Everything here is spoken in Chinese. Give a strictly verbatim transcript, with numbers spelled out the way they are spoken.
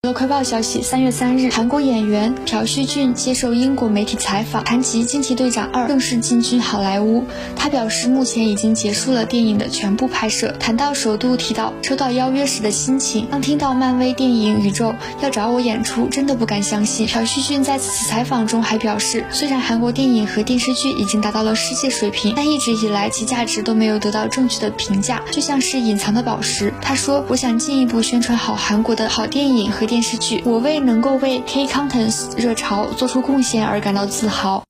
娱乐快报消息，三月三日，韩国演员朴叙俊接受英国媒体采访，谈及《惊奇队长二》正式进军好莱坞。他表示，目前已经结束了电影的全部拍摄。谈到首度提到收到邀约时的心情，当听到漫威电影宇宙要找我演出，真的不敢相信。朴叙俊在此次采访中还表示，虽然韩国电影和电视剧已经达到了世界水平，但一直以来其价值都没有得到正确的评价，就像是隐藏的宝石。他说，我想进一步宣传好韩国的好电影和电视剧，我为能够为 K-Contents 热潮做出贡献而感到自豪。